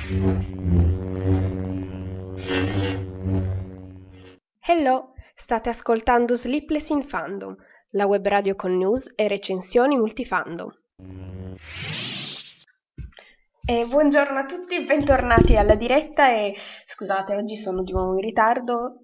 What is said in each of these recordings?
Hello, state ascoltando Sleepless in Fandom, la web radio con news e recensioni multifandom. Buongiorno a tutti, bentornati alla diretta e scusate, oggi sono di nuovo in ritardo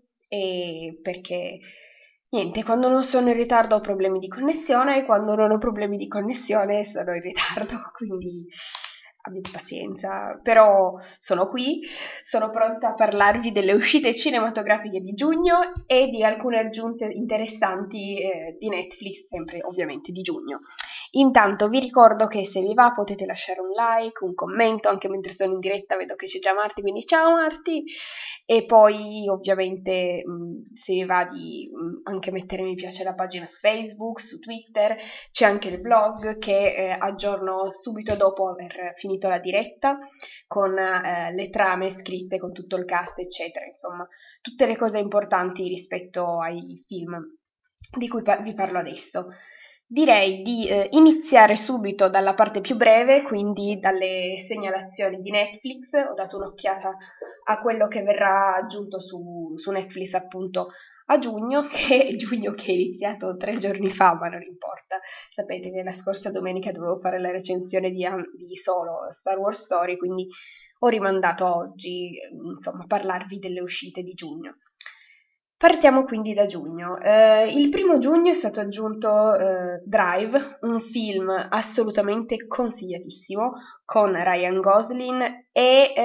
perché niente, quando non sono in ritardo ho problemi di connessione e quando non ho problemi di connessione sono in ritardo, quindi abbiate pazienza, però sono qui, sono pronta a parlarvi delle uscite cinematografiche di giugno e di alcune aggiunte interessanti di Netflix, sempre ovviamente di giugno. Intanto vi ricordo che se vi va potete lasciare un like, un commento, anche mentre sono in diretta vedo che c'è già Marti, quindi ciao Marti! E poi ovviamente se vi va di anche mettere mi piace alla pagina su Facebook, su Twitter, c'è anche il blog che aggiorno subito dopo aver finito la diretta con le trame scritte con tutto il cast eccetera, insomma tutte le cose importanti rispetto ai film di cui vi parlo adesso. Direi di iniziare subito dalla parte più breve, quindi dalle segnalazioni di Netflix. Ho dato un'occhiata a quello che verrà aggiunto su Netflix appunto a giugno, che è iniziato 3 giorni fa, ma non importa. Sapete che la scorsa domenica dovevo fare la recensione di Solo Star Wars Story, quindi ho rimandato a oggi, insomma, parlarvi delle uscite di giugno. Partiamo quindi da giugno. Il 1° giugno è stato aggiunto Drive, un film assolutamente consigliatissimo con Ryan Gosling e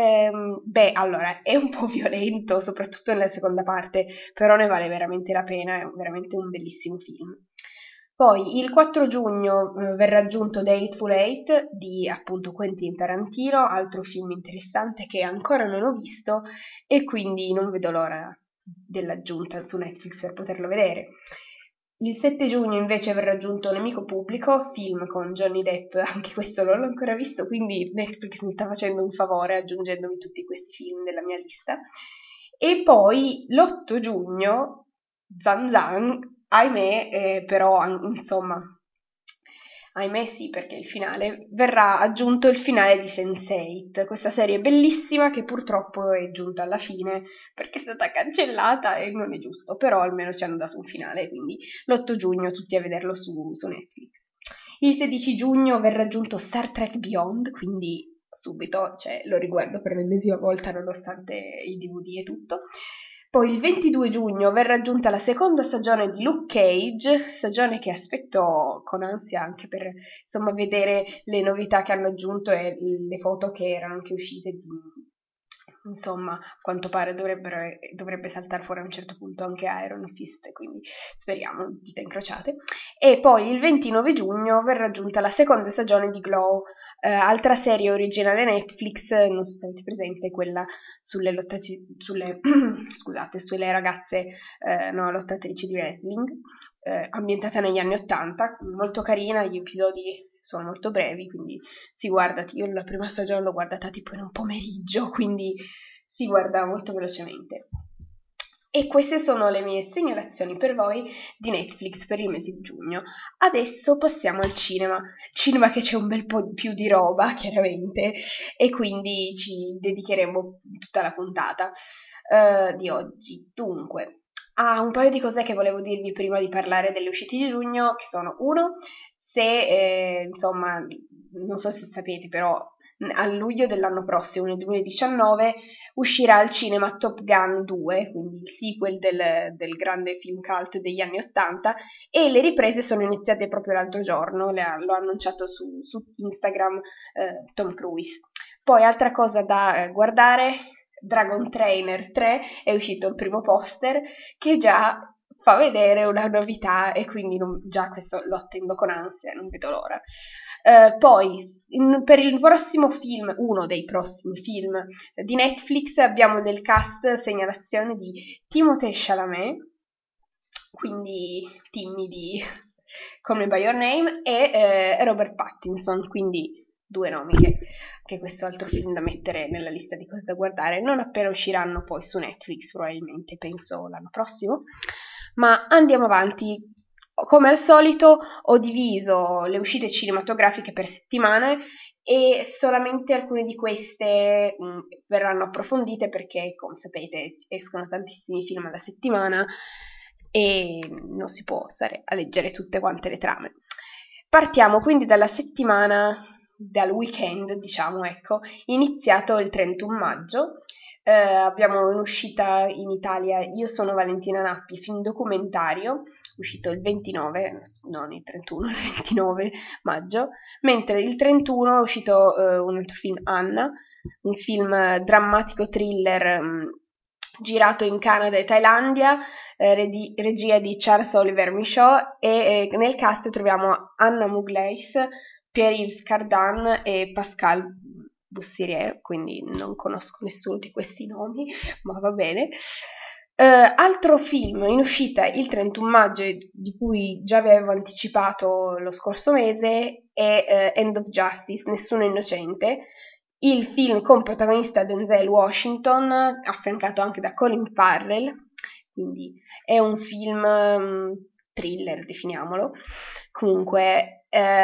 allora è un po' violento, soprattutto nella seconda parte, però ne vale veramente la pena, è veramente un bellissimo film. Poi il 4 giugno verrà aggiunto The Hateful Eight di appunto Quentin Tarantino, altro film interessante che ancora non ho visto e quindi non vedo l'ora dell'aggiunta su Netflix per poterlo vedere. Il 7 giugno invece verrà aggiunto Nemico Pubblico, film con Johnny Depp, anche questo non l'ho ancora visto, quindi Netflix mi sta facendo un favore aggiungendomi tutti questi film nella mia lista. E poi l'8 giugno, Zan Zan, ahimè, però insomma, ahimè sì, perché il finale verrà aggiunto il finale di Sense8, questa serie bellissima che purtroppo è giunta alla fine perché è stata cancellata e non è giusto, però almeno ci hanno dato un finale, quindi l'8 giugno tutti a vederlo su Netflix. Il 16 giugno verrà aggiunto Star Trek Beyond, quindi subito lo riguardo per l'ennesima volta nonostante i DVD e tutto. Poi il 22 giugno verrà aggiunta la seconda stagione di Luke Cage, stagione che aspetto con ansia anche per insomma vedere le novità che hanno aggiunto e le foto che erano anche uscite insomma, a quanto pare dovrebbe saltare fuori a un certo punto anche Iron Fist, quindi speriamo, dita incrociate. E poi il 29 giugno verrà aggiunta la seconda stagione di Glow, altra serie originale Netflix, non so se avete presente, quella scusate, sulle ragazze lottatrici di wrestling, ambientata negli anni '80, molto carina, gli episodi sono molto brevi, quindi si guarda, io la prima stagione l'ho guardata tipo in un pomeriggio, quindi si guarda molto velocemente. E queste sono le mie segnalazioni per voi di Netflix per il mese di giugno. Adesso passiamo al cinema che c'è un bel po' più di roba, chiaramente, e quindi ci dedicheremo tutta la puntata di oggi. Dunque, un paio di cose che volevo dirvi prima di parlare delle uscite di giugno, che sono uno, se insomma, non so se sapete, però a luglio dell'anno prossimo, nel 2019, uscirà al cinema Top Gun 2, quindi il sequel del grande film cult degli anni '80, e le riprese sono iniziate proprio l'altro giorno, l'ho annunciato su Instagram Tom Cruise. Poi altra cosa da guardare, Dragon Trainer 3, è uscito il primo poster che già fa vedere una novità e quindi già questo lo attendo con ansia, non vedo l'ora. Poi, per il prossimo film, uno dei prossimi film di Netflix, abbiamo nel cast segnalazione di Timothée Chalamet, quindi Timmy di Call Me By Your Name, e Robert Pattinson, quindi due nomi che è questo altro film da mettere nella lista di cose da guardare, non appena usciranno poi su Netflix, probabilmente, penso l'anno prossimo. Ma andiamo avanti. come al solito ho diviso le uscite cinematografiche per settimane e solamente alcune di queste verranno approfondite perché, come sapete, escono tantissimi film alla settimana e non si può stare a leggere tutte quante le trame. Partiamo quindi dalla settimana, dal weekend, diciamo, ecco, iniziato il 31 maggio. Abbiamo in uscita in Italia Io sono Valentina Nappi, film documentario, uscito il 29, non il 31, il 29 maggio, mentre il 31 è uscito un altro film, Anna, un film drammatico thriller girato in Canada e Thailandia, regia di Charles Oliver Michaud e nel cast troviamo Anna Mugleis, Pierre-Yves Cardan e Pascal Bussierier, quindi non conosco nessuno di questi nomi, ma va bene. Altro film in uscita il 31 maggio, di cui già vi avevo anticipato lo scorso mese, è End of Justice, Nessuno Innocente, il film con protagonista Denzel Washington, affiancato anche da Colin Farrell, quindi è un film thriller, definiamolo. Comunque,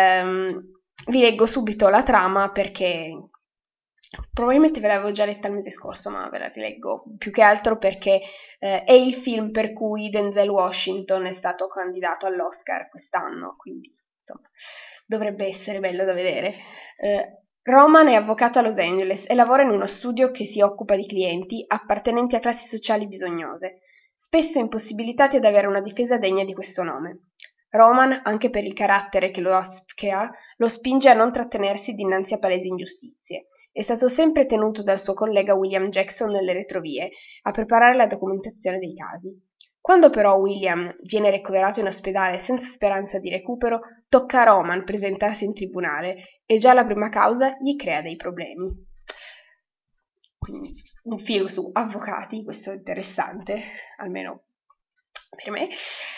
vi leggo subito la trama perché probabilmente ve l'avevo già letta il mese scorso, ma ve la rileggo più che altro perché è il film per cui Denzel Washington è stato candidato all'Oscar quest'anno, quindi insomma dovrebbe essere bello da vedere. Roman è avvocato a Los Angeles e lavora in uno studio che si occupa di clienti appartenenti a classi sociali bisognose, spesso impossibilitati ad avere una difesa degna di questo nome. Roman, anche per il carattere che ha, lo spinge a non trattenersi dinanzi a palesi ingiustizie. È stato sempre tenuto dal suo collega William Jackson nelle retrovie a preparare la documentazione dei casi. Quando però William viene ricoverato in ospedale senza speranza di recupero, tocca a Roman presentarsi in tribunale e già la prima causa gli crea dei problemi. Quindi un film su avvocati, questo è interessante, almeno per me.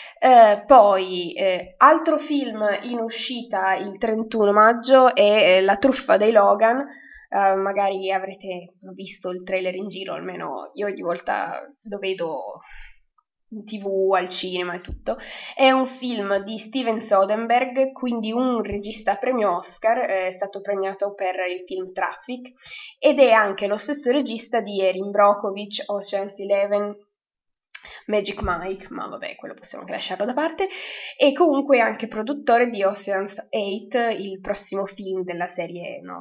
Poi, altro film in uscita il 31 maggio è La truffa dei Logan. Magari avrete visto il trailer in giro, almeno io ogni volta lo vedo in TV, al cinema e tutto. È un film di Steven Soderbergh, quindi un regista premio Oscar, è stato premiato per il film Traffic, ed è anche lo stesso regista di Erin Brockovich, Ocean's 11, Magic Mike, ma vabbè, quello possiamo anche lasciarlo da parte, e comunque anche produttore di Ocean's 8, il prossimo film della serie, no,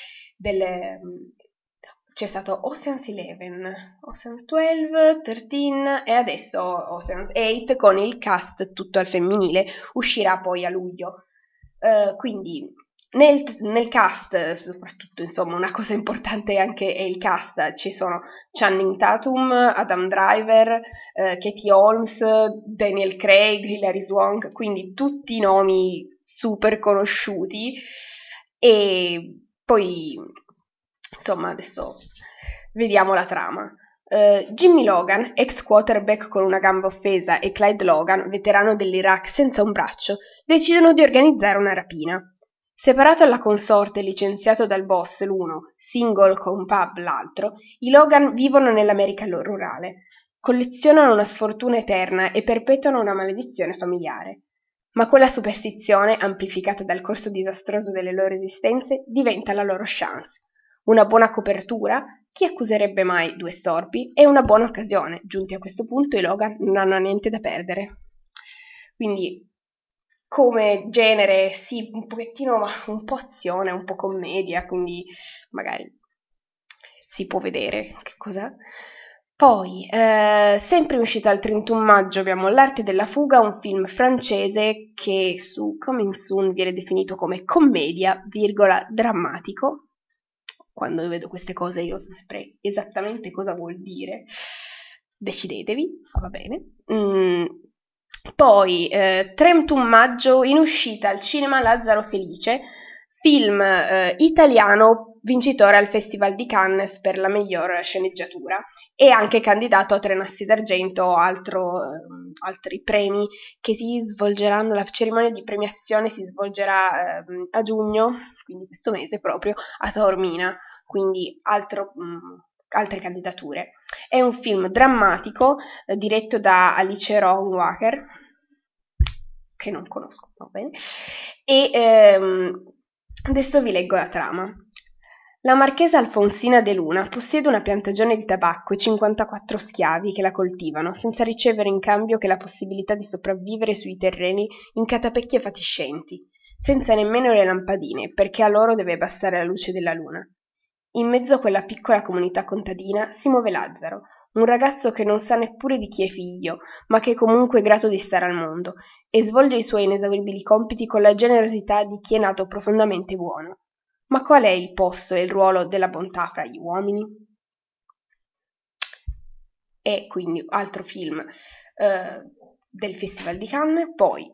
c'è stato Ocean's 11, Ocean's 12, 13 e adesso Ocean's 8 con il cast tutto al femminile, uscirà poi a luglio. Quindi nel cast, soprattutto, insomma, una cosa importante anche è il cast. Ci sono Channing Tatum, Adam Driver, Katie Holmes, Daniel Craig, Hilary Swank, quindi tutti nomi super conosciuti. E poi, insomma, adesso vediamo la trama. Jimmy Logan, ex quarterback con una gamba offesa, e Clyde Logan, veterano dell'Iraq senza un braccio, decidono di organizzare una rapina. Separato alla consorte e licenziato dal boss l'uno, single con pub l'altro, i Logan vivono nell'America rurale, collezionano una sfortuna eterna e perpetuano una maledizione familiare. Ma quella superstizione, amplificata dal corso disastroso delle loro esistenze, diventa la loro chance. Una buona copertura, chi accuserebbe mai due storpi, e una buona occasione. Giunti a questo punto i Logan non hanno niente da perdere. Quindi, come genere, sì, un pochettino, ma un po' azione, un po' commedia, quindi magari si può vedere che cos'è. Poi, sempre in uscita il 31 maggio, abbiamo L'arte della fuga, un film francese che su Coming Soon viene definito come commedia, virgola, drammatico. Quando vedo queste cose io saprei esattamente cosa vuol dire. Decidetevi, va bene. Poi, 31 maggio, in uscita al cinema Lazzaro Felice, film italiano vincitore al Festival di Cannes per la miglior sceneggiatura e anche candidato a Tre Nastri d'Argento, altri premi che si svolgeranno. La cerimonia di premiazione si svolgerà a giugno, quindi questo mese proprio, a Taormina, quindi altre candidature. È un film drammatico diretto da Alice Rohrwacher, che non conosco, va bene? E adesso vi leggo la trama. La marchesa Alfonsina de Luna possiede una piantagione di tabacco e 54 schiavi che la coltivano, senza ricevere in cambio che la possibilità di sopravvivere sui terreni in catapecchie fatiscenti, senza nemmeno le lampadine, perché a loro deve bastare la luce della luna. In mezzo a quella piccola comunità contadina si muove Lazzaro, un ragazzo che non sa neppure di chi è figlio, ma che è comunque grato di stare al mondo, e svolge i suoi inesauribili compiti con la generosità di chi è nato profondamente buono. Ma qual è il posto e il ruolo della bontà fra gli uomini? E quindi altro film del Festival di Cannes. Poi,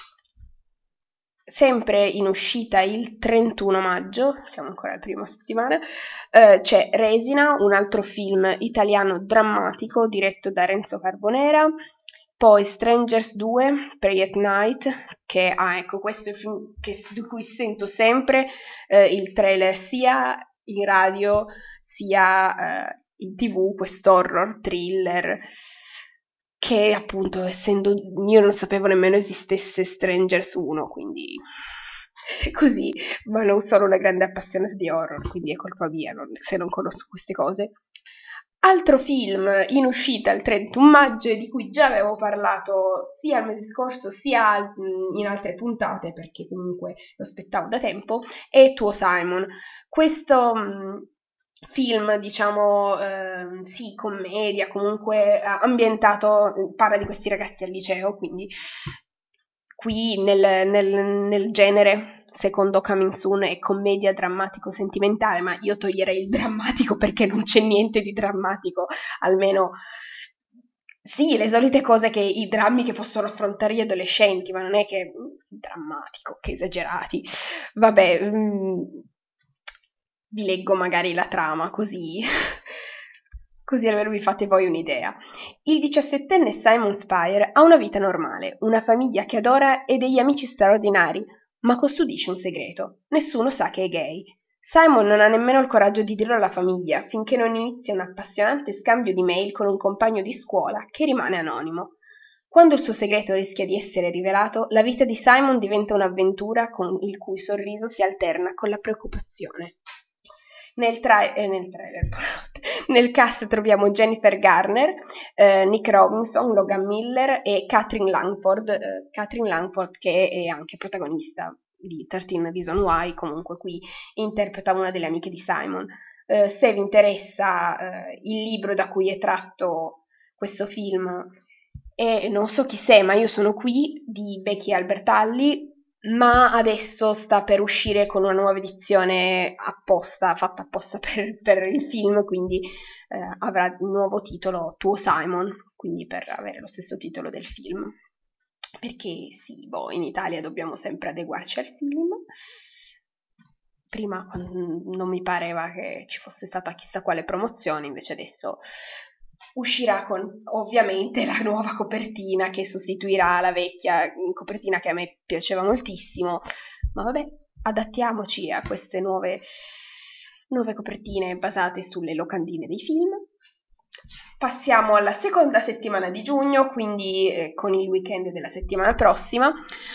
sempre in uscita il 31 maggio, siamo ancora alla prima settimana, c'è Resina, un altro film italiano drammatico diretto da Renzo Carbonera. Poi Strangers 2, Pray at Night, che ecco, questo è il film di cui sento sempre il trailer sia in radio sia in TV, questo horror thriller che appunto, essendo io non sapevo nemmeno esistesse Strangers 1, quindi così, ma non sono una grande appassionata di horror, quindi è colpa mia se non conosco queste cose. Altro film in uscita il 31 maggio e di cui già avevo parlato sia il mese scorso sia in altre puntate, perché comunque lo aspettavo da tempo, è Tuo Simon. Questo film, diciamo, sì, commedia, comunque ambientato, parla di questi ragazzi al liceo, quindi qui nel genere secondo Coming Soon è commedia drammatico-sentimentale, ma io toglierei il drammatico perché non c'è niente di drammatico, almeno sì, le solite cose che i drammi che possono affrontare gli adolescenti, ma non è che drammatico, che esagerati. Vabbè, vi leggo magari la trama così così almeno vi fate voi un'idea. Il 17enne Simon Spire ha una vita normale, una famiglia che adora e degli amici straordinari, ma custodisce un segreto. Nessuno sa che è gay. Simon non ha nemmeno il coraggio di dirlo alla famiglia, finché non inizia un appassionante scambio di mail con un compagno di scuola che rimane anonimo. Quando il suo segreto rischia di essere rivelato, la vita di Simon diventa un'avventura con il cui sorriso si alterna con la preoccupazione. Nel trailer, nel cast troviamo Jennifer Garner, Nick Robinson, Logan Miller e Catherine Langford che è anche protagonista di 13 Reasons Why, comunque qui interpreta una delle amiche di Simon. Se vi interessa il libro da cui è tratto questo film, e non so chi sia, ma io sono qui, di Becky Albertalli, ma adesso sta per uscire con una nuova edizione fatta apposta per il film, quindi avrà un nuovo titolo, Tuo Simon, quindi per avere lo stesso titolo del film. Perché sì, in Italia dobbiamo sempre adeguarci al film. Prima non mi pareva che ci fosse stata chissà quale promozione, invece adesso uscirà con ovviamente la nuova copertina che sostituirà la vecchia copertina che a me piaceva moltissimo, ma vabbè, adattiamoci a queste nuove copertine basate sulle locandine dei film. Passiamo alla seconda settimana di giugno, quindi con il weekend della settimana prossima.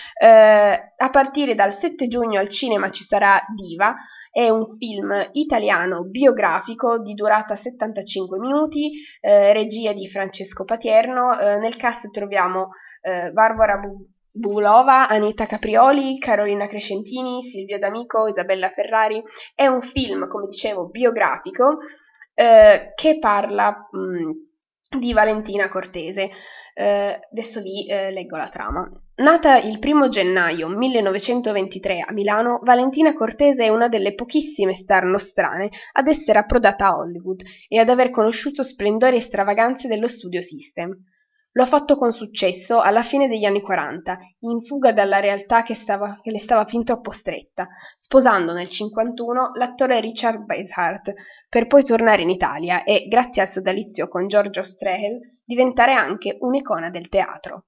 A partire dal 7 giugno al cinema ci sarà Diva, è un film italiano biografico di durata 75 minuti, regia di Francesco Patierno. Nel cast troviamo Barbara Bulova, Anita Caprioli, Carolina Crescentini, Silvia D'Amico, Isabella Ferrari. È un film, come dicevo, biografico che parla di Valentina Cortese. Adesso vi leggo la trama. Nata il 1 gennaio 1923 a Milano, Valentina Cortese è una delle pochissime star nostrane ad essere approdata a Hollywood e ad aver conosciuto splendori e stravaganze dello studio system. Lo ha fatto con successo alla fine degli anni 40, in fuga dalla realtà che le stava fin troppo stretta, sposando nel 51 l'attore Richard Basehart, per poi tornare in Italia e, grazie al sodalizio con Giorgio Strehel, diventare anche un'icona del teatro.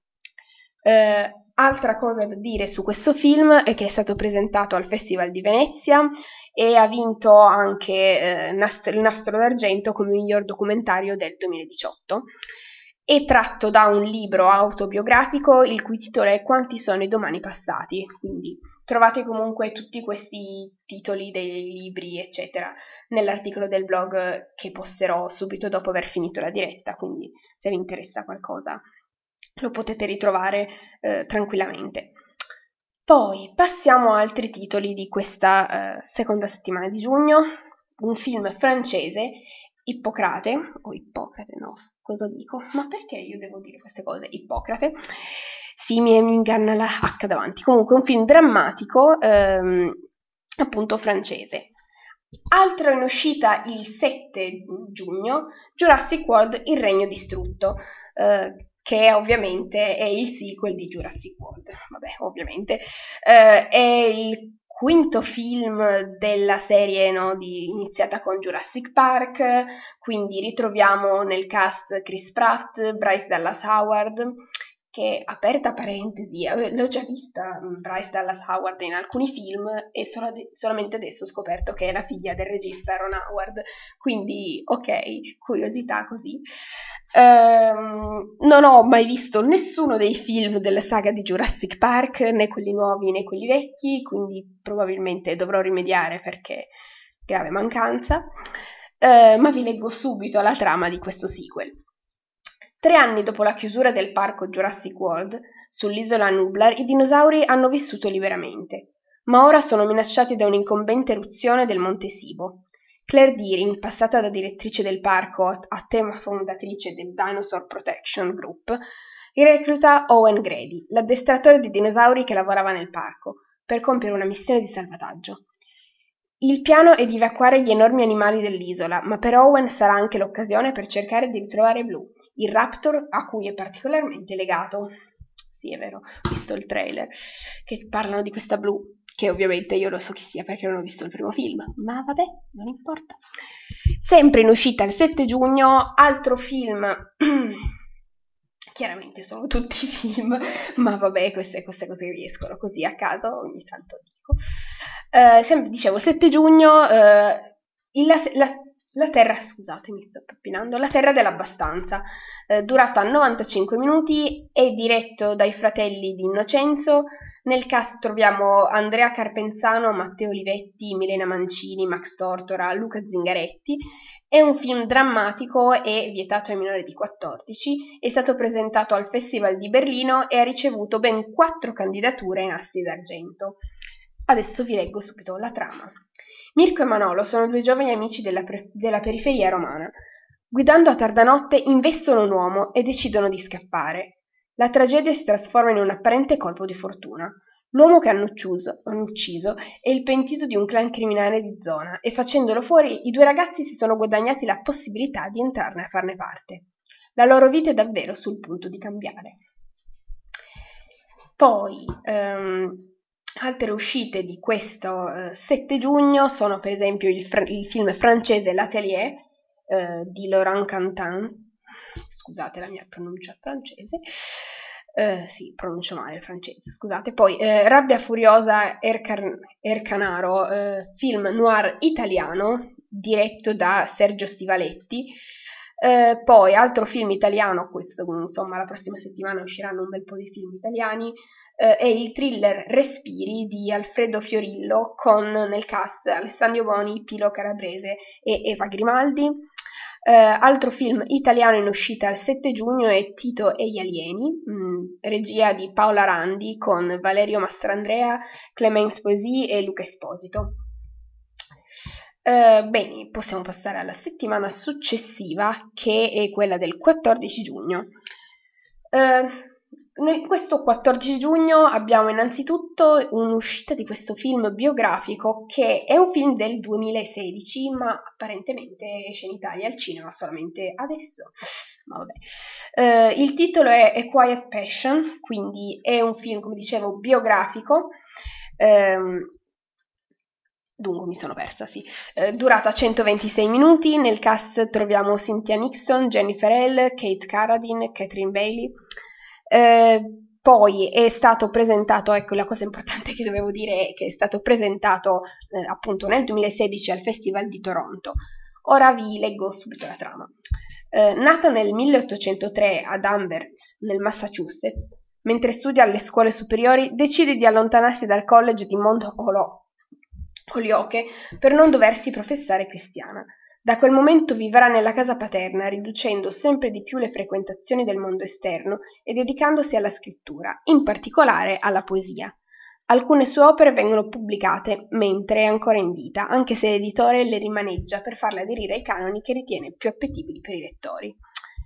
Altra cosa da dire su questo film è che è stato presentato al Festival di Venezia e ha vinto anche il Nastro d'Argento come miglior documentario del 2018. è tratto da un libro autobiografico il cui titolo è Quanti sono i domani passati, quindi trovate comunque tutti questi titoli dei libri, eccetera, nell'articolo del blog che posterò subito dopo aver finito la diretta, quindi se vi interessa qualcosa lo potete ritrovare tranquillamente. Poi passiamo a altri titoli di questa seconda settimana di giugno, un film francese, Ippocrate, o Ippocrate, no, cosa dico? Ma perché io devo dire queste cose? Ippocrate? Sì, mi inganna la H davanti. Comunque un film drammatico, appunto francese. Altro in uscita il 7 giugno, Jurassic World Il Regno Distrutto, che ovviamente è il sequel di Jurassic World, vabbè, ovviamente, è il quinto film della serie, no, iniziata con Jurassic Park, quindi ritroviamo nel cast Chris Pratt, Bryce Dallas Howard, che, aperta parentesi, l'ho già vista Bryce Dallas Howard in alcuni film e solamente adesso ho scoperto che è la figlia del regista Ron Howard, quindi ok, curiosità così. Non ho mai visto nessuno dei film della saga di Jurassic Park, né quelli nuovi né quelli vecchi, quindi probabilmente dovrò rimediare perché grave mancanza, ma vi leggo subito la trama di questo sequel. 3 anni dopo la chiusura del parco Jurassic World, sull'isola Nublar i dinosauri hanno vissuto liberamente, ma ora sono minacciati da un'incombente eruzione del Monte Sibo. Claire Deering, passata da direttrice del parco a tema fondatrice del Dinosaur Protection Group, recluta Owen Grady, l'addestratore di dinosauri che lavorava nel parco, per compiere una missione di salvataggio. Il piano è di evacuare gli enormi animali dell'isola, ma per Owen sarà anche l'occasione per cercare di ritrovare Blue, il raptor a cui è particolarmente legato. Sì, è vero, ho visto il trailer, che parlano di questa Blue, che ovviamente io lo so chi sia perché non ho visto il primo film, ma vabbè, non importa. Sempre in uscita il 7 giugno, altro film, chiaramente sono tutti film, ma vabbè, queste cose che riescono così a caso, ogni tanto dico. Sempre dicevo, 7 giugno, la Terra, scusate, mi sto peppinando, La Terra dell'Abbastanza, durata 95 minuti, è diretto dai fratelli di Innocenzo. Nel cast troviamo Andrea Carpenzano, Matteo Olivetti, Milena Mancini, Max Tortora, Luca Zingaretti. È un film drammatico e vietato ai minori di 14, è stato presentato al Festival di Berlino e ha ricevuto ben 4 candidature in Assi d'Argento. Adesso vi leggo subito la trama. Mirko e Manolo sono 2 giovani amici della periferia romana. Guidando a tarda notte investono un uomo e decidono di scappare. La tragedia si trasforma in un apparente colpo di fortuna. L'uomo che hanno ucciso è il pentito di un clan criminale di zona e facendolo fuori i 2 ragazzi si sono guadagnati la possibilità di entrarne a farne parte. La loro vita è davvero sul punto di cambiare. Poi, altre uscite di questo 7 giugno sono per esempio il film francese L'Atelier di Laurent Quentin, scusate la mia pronuncia francese, sì, pronuncio male il francese, scusate. Poi Rabbia Furiosa Ercanaro, film noir italiano diretto da Sergio Stivaletti. Poi altro film italiano, questo insomma la prossima settimana usciranno un bel po' di film italiani, è il thriller Respiri di Alfredo Fiorillo con nel cast Alessandro Boni, Pilo Calabrese e Eva Grimaldi. Altro film italiano in uscita il 7 giugno è Tito e gli alieni, regia di Paola Randi con Valerio Mastrandrea, Clemence Poesy e Luca Esposito. Bene, possiamo passare alla settimana successiva, che è quella del 14 giugno. Questo 14 giugno abbiamo innanzitutto un'uscita di questo film biografico che è un film del 2016, ma apparentemente esce in Italia al cinema solamente adesso. Ma vabbè. Il titolo è A Quiet Passion, quindi è un film, come dicevo, biografico. Dunque mi sono persa, sì. Durata 126 minuti, nel cast troviamo Cynthia Nixon, Jennifer Hale, Kate Carradine, Catherine Bailey. Poi è stato presentato, ecco la cosa importante che dovevo dire è che è stato presentato appunto nel 2016 al Festival di Toronto. Ora vi leggo subito la trama. Nata nel 1803 ad Amherst, nel Massachusetts, mentre studia alle scuole superiori, decide di allontanarsi dal college di Mount Holyoke per non doversi professare cristiana. Da quel momento vivrà nella casa paterna, riducendo sempre di più le frequentazioni del mondo esterno e dedicandosi alla scrittura, in particolare alla poesia. Alcune sue opere vengono pubblicate mentre è ancora in vita, anche se l'editore le rimaneggia per farle aderire ai canoni che ritiene più appetibili per i lettori.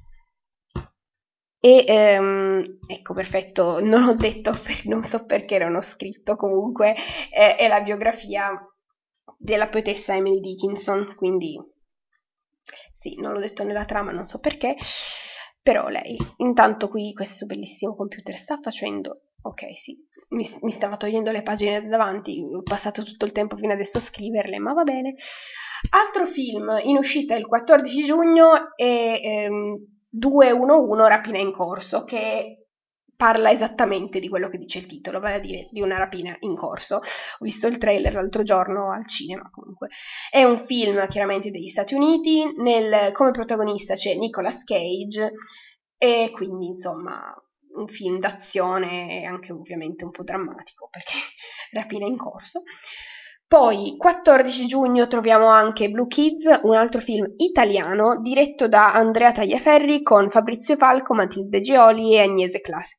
Ecco, perfetto, non ho detto, non so perché non ho scritto, comunque è la biografia della poetessa Emily Dickinson, quindi sì, non l'ho detto nella trama, non so perché, però lei, intanto qui questo bellissimo computer sta facendo, ok sì, mi stava togliendo le pagine da davanti, ho passato tutto il tempo fino adesso a scriverle, ma va bene. Altro film in uscita il 14 giugno è 211 Rapina in corso, che parla esattamente di quello che dice il titolo, vale a dire di una rapina in corso. Ho visto il trailer l'altro giorno al cinema, comunque. È un film chiaramente degli Stati Uniti, come protagonista c'è Nicolas Cage, e quindi insomma un film d'azione e anche ovviamente un po' drammatico, perché rapina in corso. Poi, 14 giugno, troviamo anche Blue Kids, un altro film italiano diretto da Andrea Tagliaferri con Fabrizio Falco, Matilde Gioli e Agnese Class.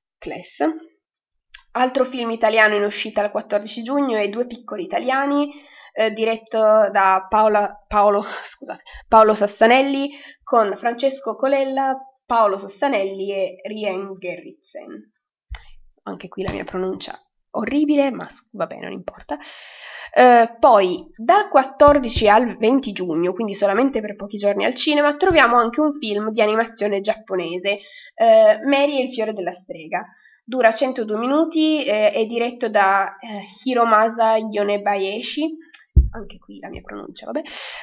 Altro film italiano in uscita il 14 giugno è Due piccoli italiani, diretto da Paolo Sassanelli con Francesco Colella, Paolo Sassanelli e Rien Gerritsen. Anche qui la mia pronuncia orribile, ma vabbè, non importa. Poi dal 14 al 20 giugno, quindi solamente per pochi giorni al cinema, troviamo anche un film di animazione giapponese, Mary e il fiore della strega. Dura 102 minuti, è diretto da Hiromasa Yonebayashi, anche qui la mia pronuncia, vabbè,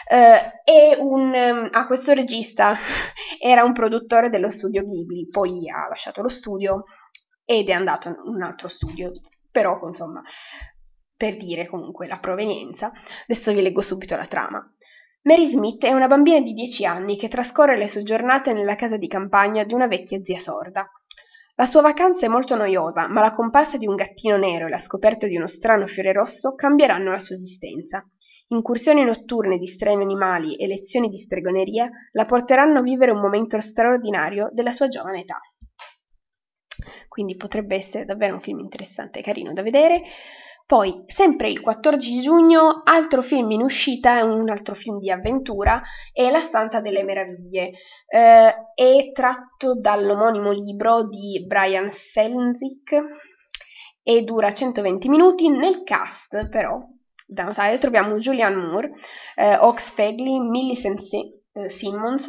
questo regista era un produttore dello studio Ghibli, poi ha lasciato lo studio ed è andato in un altro studio, però insomma, per dire comunque la provenienza, adesso vi leggo subito la trama. Mary Smith è una bambina di 10 anni che trascorre le sue giornate nella casa di campagna di una vecchia zia sorda. La sua vacanza è molto noiosa, ma la comparsa di un gattino nero e la scoperta di uno strano fiore rosso cambieranno la sua esistenza. Incursioni notturne di strani animali e lezioni di stregoneria la porteranno a vivere un momento straordinario della sua giovane età. Quindi potrebbe essere davvero un film interessante e carino da vedere. Poi, sempre il 14 giugno, altro film in uscita, un altro film di avventura, è La stanza delle meraviglie. È tratto dall'omonimo libro di Brian Selznick e dura 120 minuti. Nel cast, però, da notare, troviamo Julianne Moore, Ox Fagley, Millicent Simmons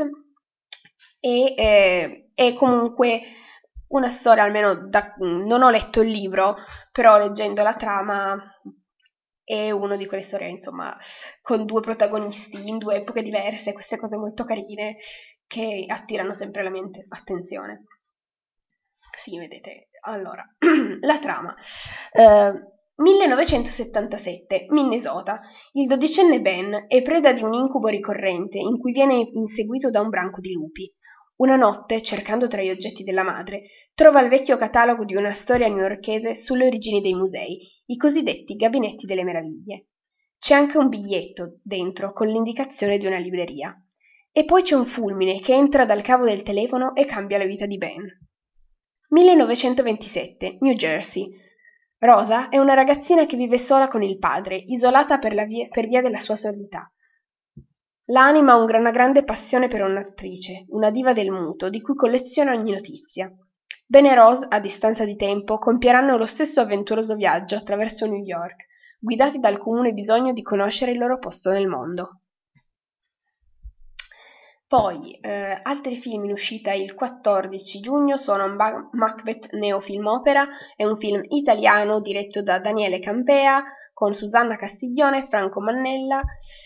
e comunque una storia, almeno non ho letto il libro, però leggendo la trama è una di quelle storie, insomma, con due protagonisti in due epoche diverse, queste cose molto carine che attirano sempre la mia attenzione. Sì, vedete, allora, la trama. 1977, Minnesota. Il dodicenne Ben è preda di un incubo ricorrente in cui viene inseguito da un branco di lupi. Una notte, cercando tra gli oggetti della madre, trova il vecchio catalogo di una storia newyorkese sulle origini dei musei, i cosiddetti gabinetti delle meraviglie. C'è anche un biglietto dentro con l'indicazione di una libreria. E poi c'è un fulmine che entra dal cavo del telefono e cambia la vita di Ben. 1927, New Jersey. Rosa è una ragazzina che vive sola con il padre, isolata per via della sua sordità. L'anima ha una grande passione per un'attrice, una diva del muto, di cui colleziona ogni notizia. Ben e Rose, a distanza di tempo, compieranno lo stesso avventuroso viaggio attraverso New York, guidati dal comune bisogno di conoscere il loro posto nel mondo. Poi, altri film in uscita il 14 giugno sono Macbeth Neo Film Opera, è un film italiano diretto da Daniele Campea, con Susanna Castiglione e Franco Mannella.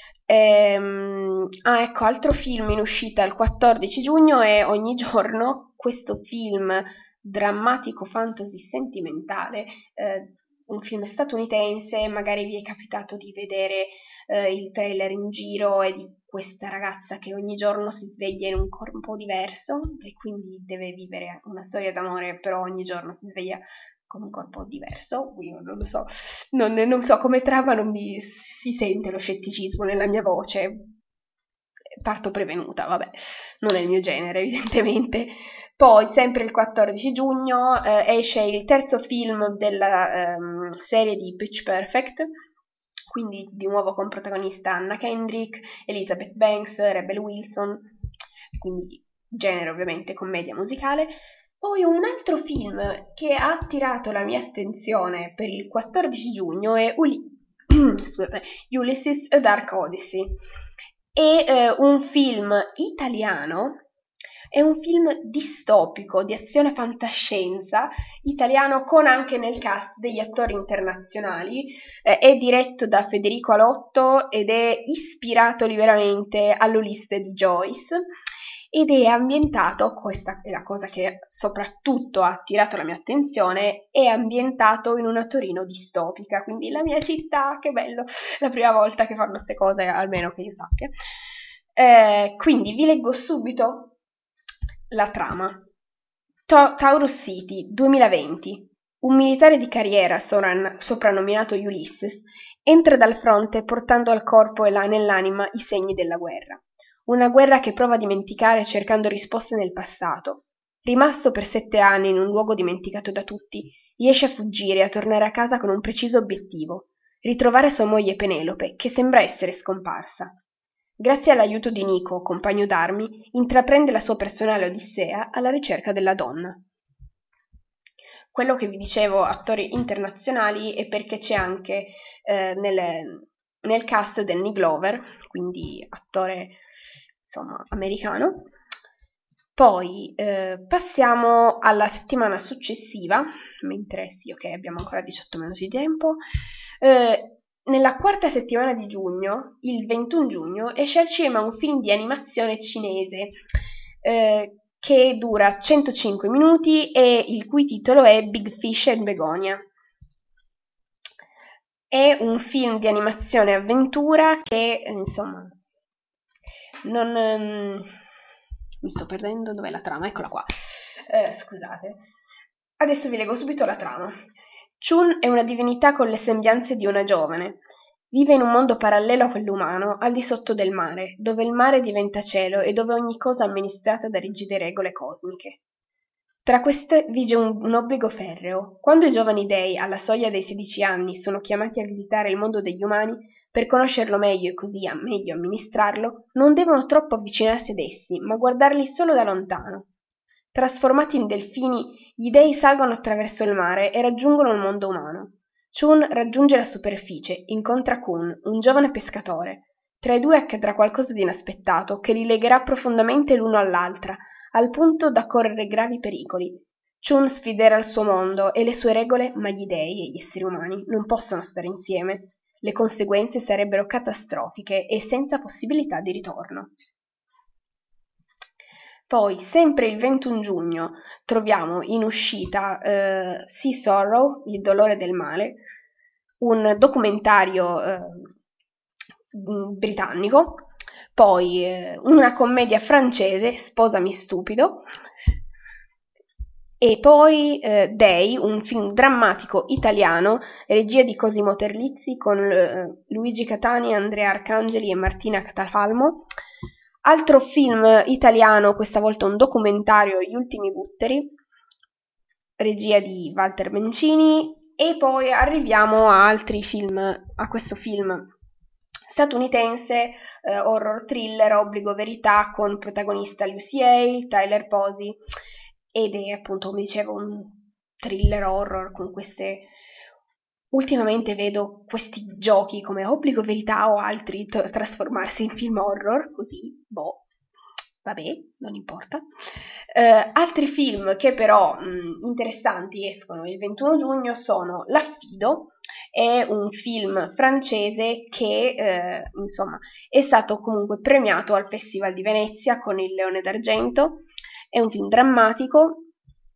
Ecco, altro film in uscita il 14 giugno è Ogni giorno, questo film drammatico fantasy sentimentale un film statunitense, magari vi è capitato di vedere il trailer in giro e di questa ragazza che ogni giorno si sveglia in un corpo diverso e quindi deve vivere una storia d'amore, però ogni giorno si sveglia con un corpo diverso. Io non lo so, non so come trama, non mi si sente lo scetticismo nella mia voce. Parto prevenuta, vabbè, non è il mio genere evidentemente. Poi, sempre il 14 giugno, esce il terzo film della serie di Pitch Perfect, quindi di nuovo con protagonista Anna Kendrick, Elizabeth Banks, Rebel Wilson, quindi genere ovviamente commedia musicale. Poi un altro film che ha attirato la mia attenzione per il 14 giugno è scusate, Ulysses A Dark Odyssey. È un film italiano, è un film distopico di azione fantascienza italiano con anche nel cast degli attori internazionali, è diretto da Federico Alotto ed è ispirato liberamente all'Ulisse di Joyce ed è ambientato, questa è la cosa che soprattutto ha attirato la mia attenzione, è ambientato in una Torino distopica, quindi la mia città, che bello, la prima volta che fanno queste cose, almeno che io sappia. Quindi vi leggo subito la trama. Taurus City, 2020. Un militare di carriera, soprannominato Ulysses, entra dal fronte portando al corpo e nell'anima i segni della guerra. Una guerra che prova a dimenticare cercando risposte nel passato. Rimasto per 7 anni in un luogo dimenticato da tutti, riesce a fuggire e a tornare a casa con un preciso obiettivo: ritrovare sua moglie Penelope, che sembra essere scomparsa. Grazie all'aiuto di Nico, compagno d'armi, intraprende la sua personale odissea alla ricerca della donna. Quello che vi dicevo, attori internazionali, è perché c'è anche nel cast Danny Glover, quindi attore insomma americano. Poi passiamo alla settimana successiva, mentre sì, ok, abbiamo ancora 18 minuti di tempo. Nella quarta settimana di giugno, il 21 giugno, esce al cinema un film di animazione cinese che dura 105 minuti e il cui titolo è Big Fish and Begonia. È un film di animazione avventura che, insomma, non... mi sto perdendo, dov'è la trama? Eccola qua. Scusate. Adesso vi leggo subito la trama. Chun è una divinità con le sembianze di una giovane. Vive in un mondo parallelo a quello umano, al di sotto del mare, dove il mare diventa cielo e dove ogni cosa è amministrata da rigide regole cosmiche. Tra queste vige un obbligo ferreo. Quando i giovani dei, alla soglia dei 16 anni, sono chiamati a visitare il mondo degli umani per conoscerlo meglio e così meglio amministrarlo, non devono troppo avvicinarsi ad essi, ma guardarli solo da lontano. Trasformati in delfini, gli dei salgono attraverso il mare e raggiungono il mondo umano. Chun raggiunge la superficie, incontra Kun, un giovane pescatore. Tra i due accadrà qualcosa di inaspettato che li legherà profondamente l'uno all'altra, al punto da correre gravi pericoli. Chun sfiderà il suo mondo e le sue regole, ma gli dei e gli esseri umani non possono stare insieme. Le conseguenze sarebbero catastrofiche e senza possibilità di ritorno. Poi, sempre il 21 giugno, troviamo in uscita Sea Sorrow, il dolore del male, un documentario britannico, poi una commedia francese, Sposami stupido, e poi Day, un film drammatico italiano, regia di Cosimo Terlizzi con Luigi Catani, Andrea Arcangeli e Martina Catalfalmo. Altro film italiano, questa volta un documentario, Gli ultimi butteri, regia di Walter Bencini. E poi arriviamo a altri film, a questo film statunitense, horror thriller, Obbligo Verità, con protagonista Lucy Hale, Tyler Posey, ed è appunto, come dicevo, un thriller horror con queste... Ultimamente vedo questi giochi come Obbligo Verità o altri trasformarsi in film horror, così, boh, vabbè, non importa. Altri film che però interessanti escono il 21 giugno sono L'Affido, è un film francese che insomma è stato comunque premiato al Festival di Venezia con il Leone d'Argento. È un film drammatico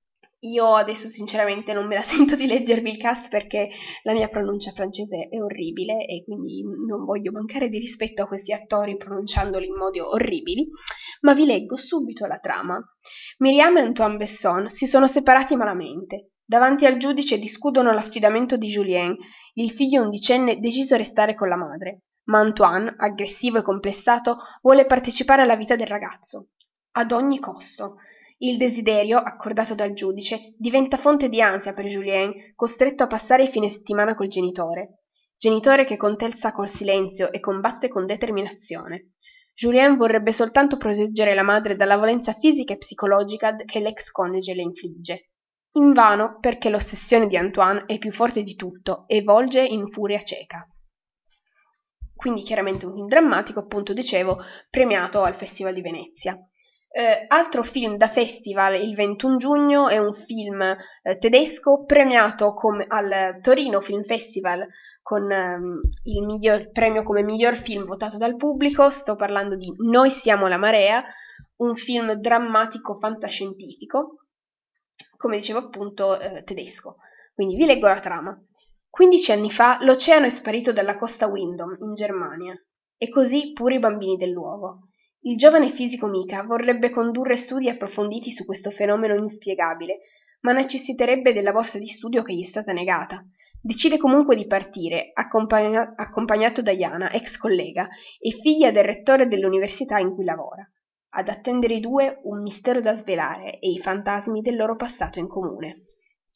io adesso sinceramente non me la sento di leggervi il cast perché la mia pronuncia francese è orribile e quindi non voglio mancare di rispetto a questi attori pronunciandoli in modi orribili, ma vi leggo subito la trama. Miriam e Antoine Besson si sono separati malamente. Davanti al giudice discutono l'affidamento di Julien, il figlio undicenne deciso a restare con la madre, ma Antoine, aggressivo e complessato, vuole partecipare alla vita del ragazzo. Ad ogni costo. Il desiderio, accordato dal giudice, diventa fonte di ansia per Julien, costretto a passare i fine settimana col genitore che contesta col silenzio e combatte con determinazione. Julien vorrebbe soltanto proteggere la madre dalla violenza fisica e psicologica che l'ex coniuge le infligge. Invano, perché l'ossessione di Antoine è più forte di tutto e volge in furia cieca. Quindi chiaramente un film drammatico, appunto dicevo, premiato al Festival di Venezia. Altro film da festival il 21 giugno è un film tedesco premiato al Torino Film Festival con il premio come miglior film votato dal pubblico. Sto parlando di Noi siamo la marea, un film drammatico fantascientifico, come dicevo appunto tedesco. Quindi vi leggo la trama. 15 anni fa l'oceano è sparito dalla costa Windom, in Germania, e così pure i bambini del luogo. Il giovane fisico Mika vorrebbe condurre studi approfonditi su questo fenomeno inspiegabile, ma necessiterebbe della borsa di studio che gli è stata negata. Decide comunque di partire, accompagnato da Jana, ex collega, e figlia del rettore dell'università in cui lavora. Ad attendere i due un mistero da svelare e i fantasmi del loro passato in comune.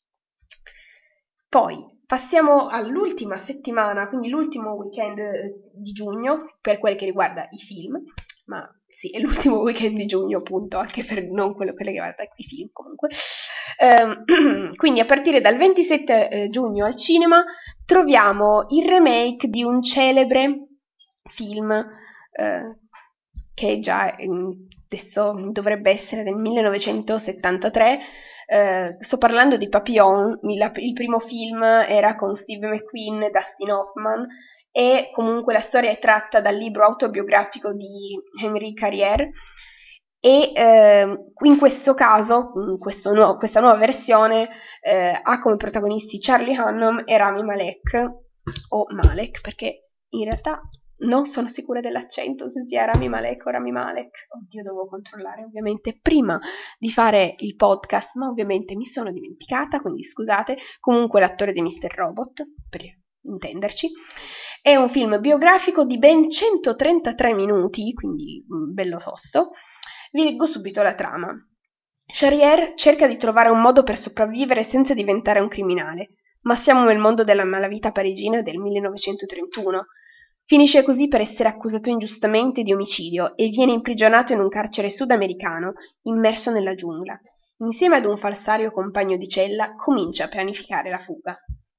Poi passiamo all'ultima settimana, quindi l'ultimo weekend di giugno, per quel che riguarda i film, ma sì, è l'ultimo weekend di giugno, appunto, anche per non quello che riguarda i film comunque. Quindi a partire dal 27 giugno al cinema troviamo il remake di un celebre film che già adesso dovrebbe essere del 1973. Sto parlando di Papillon. Il primo film era con Steve McQueen e Dustin Hoffman, e comunque la storia è tratta dal libro autobiografico di Henry Carrier, e in questo caso questa nuova versione ha come protagonisti Charlie Hunnam e Rami Malek, o Malek, perché in realtà non sono sicura dell'accento, se sia Rami Malek o Rami Malek. Oddio, devo controllare ovviamente prima di fare il podcast, ma ovviamente mi sono dimenticata, quindi scusate. Comunque l'attore di Mr. Robot, per intenderci. È un film biografico di ben 133 minuti, quindi bello tosto. Vi leggo subito la trama. Charrier cerca di trovare un modo per sopravvivere senza diventare un criminale, ma siamo nel mondo della malavita parigina del 1931. Finisce così per essere accusato ingiustamente di omicidio e viene imprigionato in un carcere sudamericano, immerso nella giungla. Insieme ad un falsario compagno di cella, comincia a pianificare la fuga.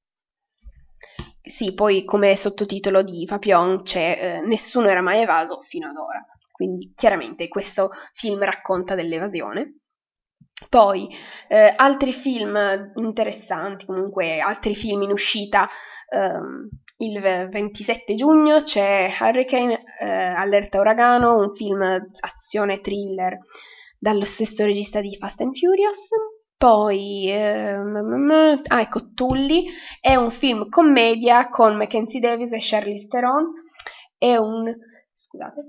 Sì, poi come sottotitolo di Papillon c'è Nessuno era mai evaso fino ad ora. Quindi chiaramente questo film racconta dell'evasione. Poi altri film interessanti, comunque altri film in uscita. Il 27 giugno c'è Hurricane, Allerta Uragano, un film azione thriller dallo stesso regista di Fast and Furious. Poi ecco, Tully è un film commedia con Mackenzie Davis e Charlize Theron. È un... scusate,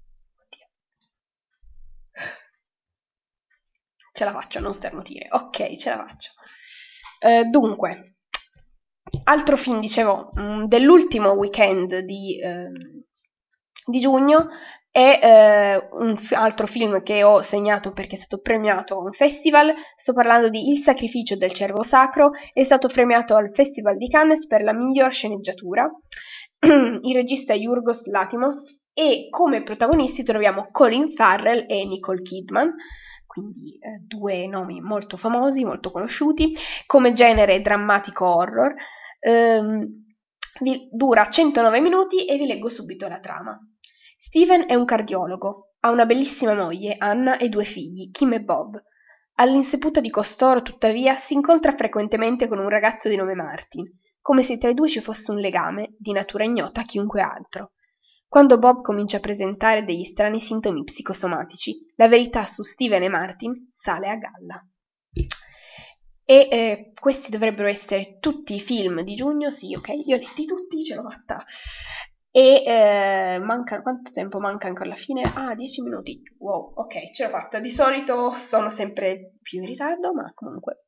ce la faccio a non sternutire. Ok, ce la faccio. Dunque, altro film, dicevo, dell'ultimo weekend di giugno è un altro film che ho segnato perché è stato premiato a un festival. Sto parlando di Il sacrificio del cervo sacro. È stato premiato al Festival di Cannes per la miglior sceneggiatura. Il regista è Yorgos Lanthimos e come protagonisti troviamo Colin Farrell e Nicole Kidman, quindi due nomi molto famosi, molto conosciuti. Come genere drammatico horror. Dura 109 minuti e vi leggo subito la trama. Steven è un cardiologo, ha una bellissima moglie, Anna, e due figli, Kim e Bob. All'insaputa di costoro, tuttavia, si incontra frequentemente con un ragazzo di nome Martin, come se tra i due ci fosse un legame, di natura ignota a chiunque altro. Quando Bob comincia a presentare degli strani sintomi psicosomatici, la verità su Steven e Martin sale a galla. E questi dovrebbero essere tutti i film di giugno, sì, ok, li ho letti tutti, ce l'ho fatta. E manca, quanto tempo manca ancora alla fine? Ah, 10 minuti. Wow, ok, ce l'ho fatta. Di solito sono sempre più in ritardo, ma comunque.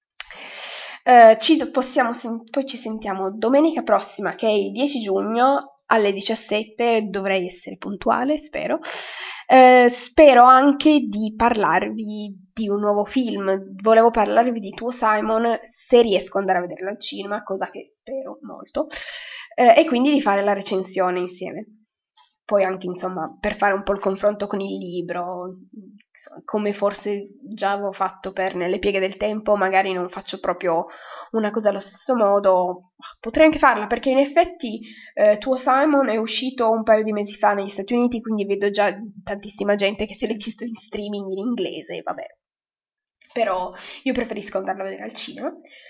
Poi ci sentiamo domenica prossima, che è il 10 giugno, alle 17. Dovrei essere puntuale, spero. Spero anche di parlarvi di un nuovo film. Volevo parlarvi di Tuo Simon, se riesco ad andare a vederlo al cinema, cosa che spero molto, e quindi di fare la recensione insieme. Poi anche, insomma, per fare un po' il confronto con il libro, come forse già avevo fatto per Nelle pieghe del tempo, magari non faccio proprio una cosa allo stesso modo, potrei anche farla perché in effetti Tuo Simon è uscito un paio di mesi fa negli Stati Uniti, quindi vedo già tantissima gente che se l'è visto in streaming in inglese, vabbè. Però io preferisco andarlo a vedere al cinema.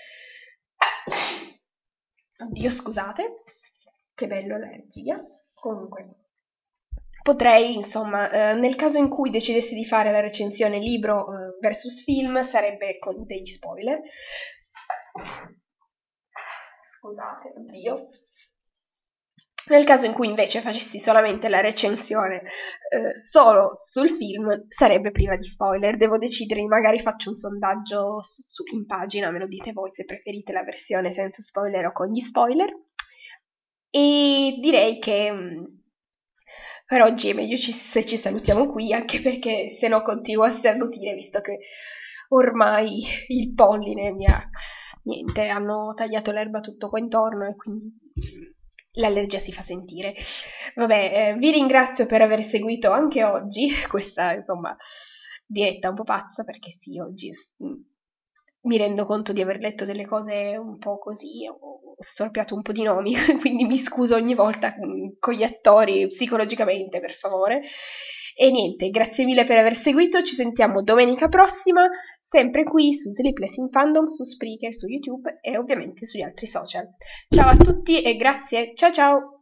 Oddio, scusate, che bello l'allergia. Comunque, potrei, insomma, nel caso in cui decidessi di fare la recensione libro versus film, sarebbe con degli spoiler. Scusate, oddio. Nel caso in cui invece facessi solamente la recensione solo sul film, sarebbe priva di spoiler. Devo decidere, magari faccio un sondaggio in pagina, me lo dite voi se preferite la versione senza spoiler o con gli spoiler. E direi che per oggi è meglio se ci salutiamo qui, anche perché se no continuo a starnutire, visto che ormai il polline mi ha... Niente, hanno tagliato l'erba tutto qua intorno e quindi l'allergia si fa sentire. Vabbè, vi ringrazio per aver seguito anche oggi questa, insomma, diretta un po' pazza, perché sì, oggi mi rendo conto di aver letto delle cose un po' così, ho storpiato un po' di nomi, quindi mi scuso ogni volta con gli attori psicologicamente, per favore. E niente, grazie mille per aver seguito, ci sentiamo domenica prossima, sempre qui su Sleepless in Fandom, su Spreaker, su YouTube e ovviamente sugli altri social. Ciao a tutti e grazie, ciao ciao!